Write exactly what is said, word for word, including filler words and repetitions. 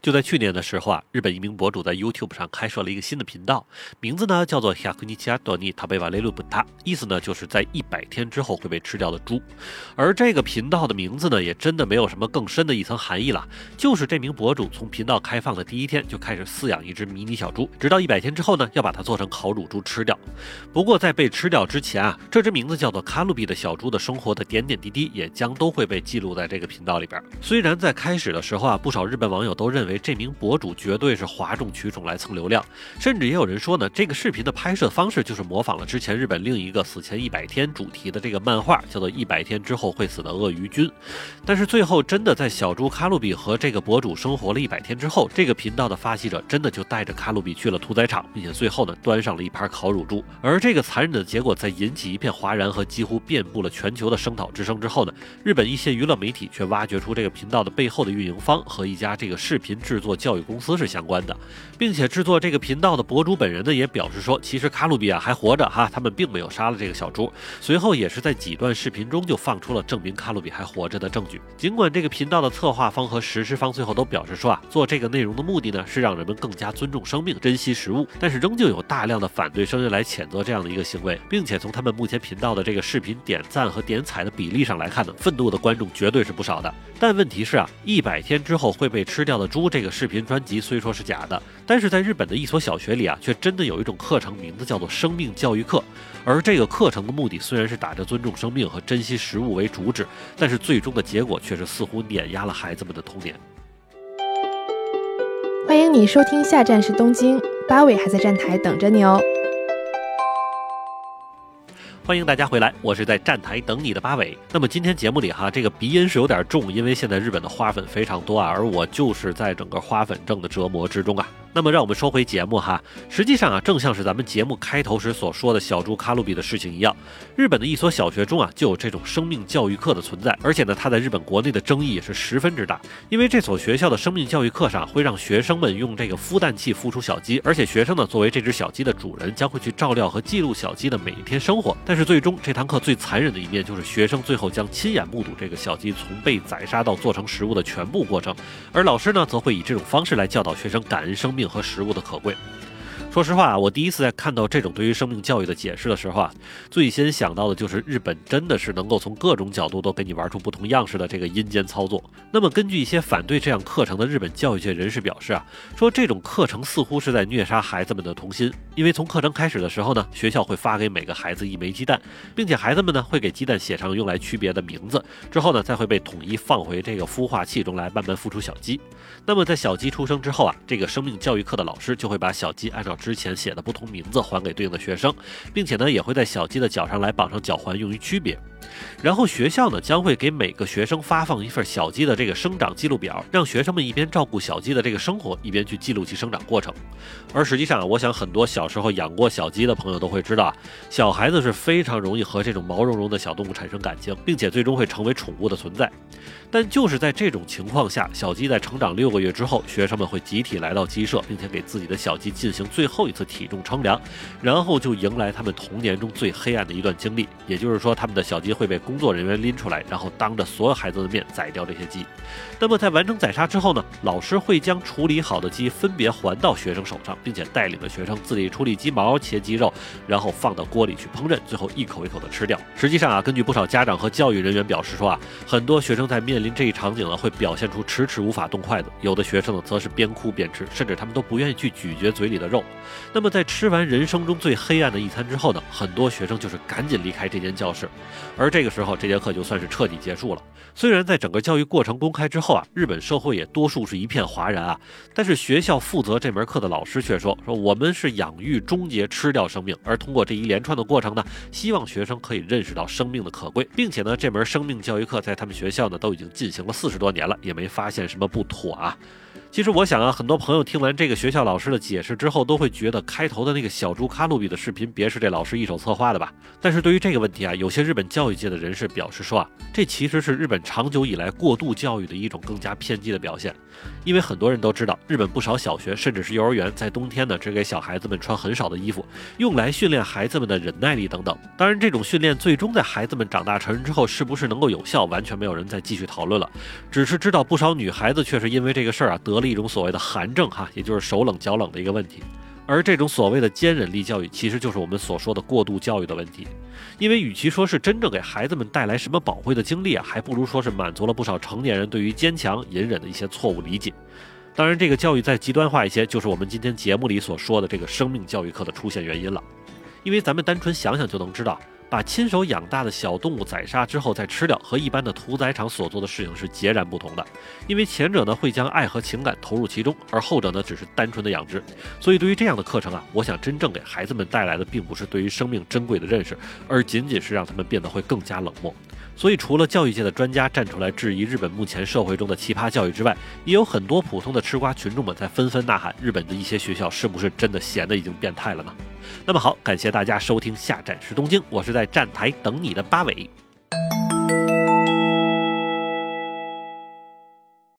就在去年的时候啊，日本一名博主在 YouTube 上开设了一个新的频道，名字呢叫做百日後に食べられる豚，意思呢就是在一百天之后会被吃掉的猪。而这个频道的名字呢，也真的没有什么更深的一层含义了，就是这名博主从频道开放的第一天就开始饲养一只迷你小猪，直到一百天之后呢，要把它做成烤乳猪吃掉。不过在被吃掉之前啊，这只名字叫做卡路比的小猪的生活的点点滴滴也将都会被记录在这个频道里边。虽然在开始的时候啊，不少日本网友都认为这名博主绝对是哗众取宠来蹭流量，甚至也有人说呢，这个视频的拍摄方式就是模仿了之前日本另一个死前一百天主题的这个漫画，叫做一百天之后会死的鳄鱼君。但是最后真的在小猪卡路比和这个博主生活了一百天之后，这个频道的发起者真的就带着卡路比去了屠宰场，并且最后呢端上了一盘烤乳猪。而这个残忍的结果在引起一片哗然和几乎遍布了全球的声讨之声之后呢，日本一些娱乐媒体却挖掘出这个频道的背后的运营方和一家这个视频制作教育公司是相关的，并且制作这个频道的博主本人呢也表示说，其实卡路比啊还活着哈，他们并没有杀了这个小猪。随后也是在几段视频中就放出了证明卡路比还活着的证据。尽管这个频道的策划方和实施方最后都表示说啊，做这个内容的目的呢是让人们更加尊重生命，珍惜食物，但是仍旧有大量的反对声音来谴责这样的一个行为，并且从他们目前频道的这个视频点赞和点踩的比例上来看呢，愤怒的观众绝对是不少的。但问题是啊，一百天之后会被吃掉的猪这个视频专辑虽说是假的，但是在日本的一所小学里啊，却真的有一种课程，名字叫做生命教育课。而这个课程的目的虽然是打着尊重生命和珍惜食物为主旨，但是最终的结果却是似乎碾压了孩子们的童年。 欢迎你收听下站是东京，八尾还在站台等着你哦。 欢迎大家回来，我是在站台等你的八尾。那么今天节目里哈，这个鼻音是有点重，因为现在日本的花粉非常多啊，而我就是在整个花粉症的折磨之中啊。那么让我们说回节目哈，实际上啊，正像是咱们节目开头时所说的小猪卡路比的事情一样，日本的一所小学中啊，就有这种生命教育课的存在，而且呢，它在日本国内的争议也是十分之大。因为这所学校的生命教育课上会让学生们用这个孵蛋器孵出小鸡，而且学生呢作为这只小鸡的主人，将会去照料和记录小鸡的每一天生活。但是最终这堂课最残忍的一面就是学生最后将亲眼目睹这个小鸡从被宰杀到做成食物的全部过程，而老师呢则会以这种方式来教导学生感恩生命和食物的可贵。说实话啊，我第一次在看到这种对于生命教育的解释的时候啊，最先想到的就是日本真的是能够从各种角度都给你玩出不同样式的这个阴间操作。那么根据一些反对这样课程的日本教育界人士表示啊，说这种课程似乎是在虐杀孩子们的童心，因为从课程开始的时候呢，学校会发给每个孩子一枚鸡蛋，并且孩子们呢会给鸡蛋写上用来区别的名字，之后呢再会被统一放回这个孵化器中来慢慢孵出小鸡。那么在小鸡出生之后啊，这个生命教育课的老师就会把小鸡按照之前写的不同名字还给对应的学生，并且呢也会在小鸡的脚上来绑上脚环用于区别。然后学校呢将会给每个学生发放一份小鸡的这个生长记录表，让学生们一边照顾小鸡的这个生活，一边去记录其生长过程。而实际上啊，我想很多小时候养过小鸡的朋友都会知道啊，小孩子是非常容易和这种毛茸茸的小动物产生感情，并且最终会成为宠物的存在。但就是在这种情况下，小鸡在成长六个月之后，学生们会集体来到鸡舍，并且给自己的小鸡进行最后一次体重称量，然后就迎来他们童年中最黑暗的一段经历。也就是说，他们的小鸡会被工作人员拎出来，然后当着所有孩子的面宰掉这些鸡。那么在完成宰杀之后呢，老师会将处理好的鸡分别还到学生手上，并且带领着学生自己处理鸡毛、切鸡肉，然后放到锅里去烹饪，最后一口一口的吃掉。实际上啊，根据不少家长和教育人员表示说啊，很多学生在面临这一场景呢，会表现出迟迟无法动筷子，有的学生呢则是边哭边吃，甚至他们都不愿意去咀嚼嘴里的肉。那么在吃完人生中最黑暗的一餐之后呢，很多学生就是赶紧离开这间教室，而这个时候这节课就算是彻底结束了。虽然在整个教育过程公开之后啊，日本社会也多数是一片哗然啊，但是学校负责这门课的老师却说说我们是养育终结吃掉生命，而通过这一连串的过程呢，希望学生可以认识到生命的可贵，并且呢，这门生命教育课在他们学校呢都已经进行了四十多年了，也没发现什么不妥啊。其实我想啊，很多朋友听完这个学校老师的解释之后，都会觉得开头的那个小猪卡路比的视频别是这老师一手策划的吧？但是对于这个问题啊，有些日本教育界的人士表示说啊，这其实是日本长久以来过度教育的一种更加偏激的表现。因为很多人都知道，日本不少小学甚至是幼儿园在冬天呢只给小孩子们穿很少的衣服，用来训练孩子们的忍耐力等等。当然，这种训练最终在孩子们长大成人之后是不是能够有效，完全没有人再继续讨论了。只是知道不少女孩子却是因为这个事儿啊得了了一种所谓的寒症哈，也就是手冷脚冷的一个问题。而这种所谓的坚忍力教育，其实就是我们所说的过度教育的问题。因为与其说是真正给孩子们带来什么宝贵的经历啊，还不如说是满足了不少成年人对于坚强隐忍的一些错误理解。当然，这个教育再极端化一些，就是我们今天节目里所说的这个生命教育课的出现原因了。因为咱们单纯想想就能知道，把亲手养大的小动物宰杀之后再吃掉，和一般的屠宰场所做的事情是截然不同的。因为前者呢会将爱和情感投入其中，而后者呢只是单纯的养殖。所以对于这样的课程啊，我想真正给孩子们带来的并不是对于生命珍贵的认识，而仅仅是让他们变得会更加冷漠。所以除了教育界的专家站出来质疑日本目前社会中的奇葩教育之外，也有很多普通的吃瓜群众们在纷纷呐喊，日本的一些学校是不是真的闲得已经变态了呢？那么好，感谢大家收听下站是东京，我是在站台等你的八尾。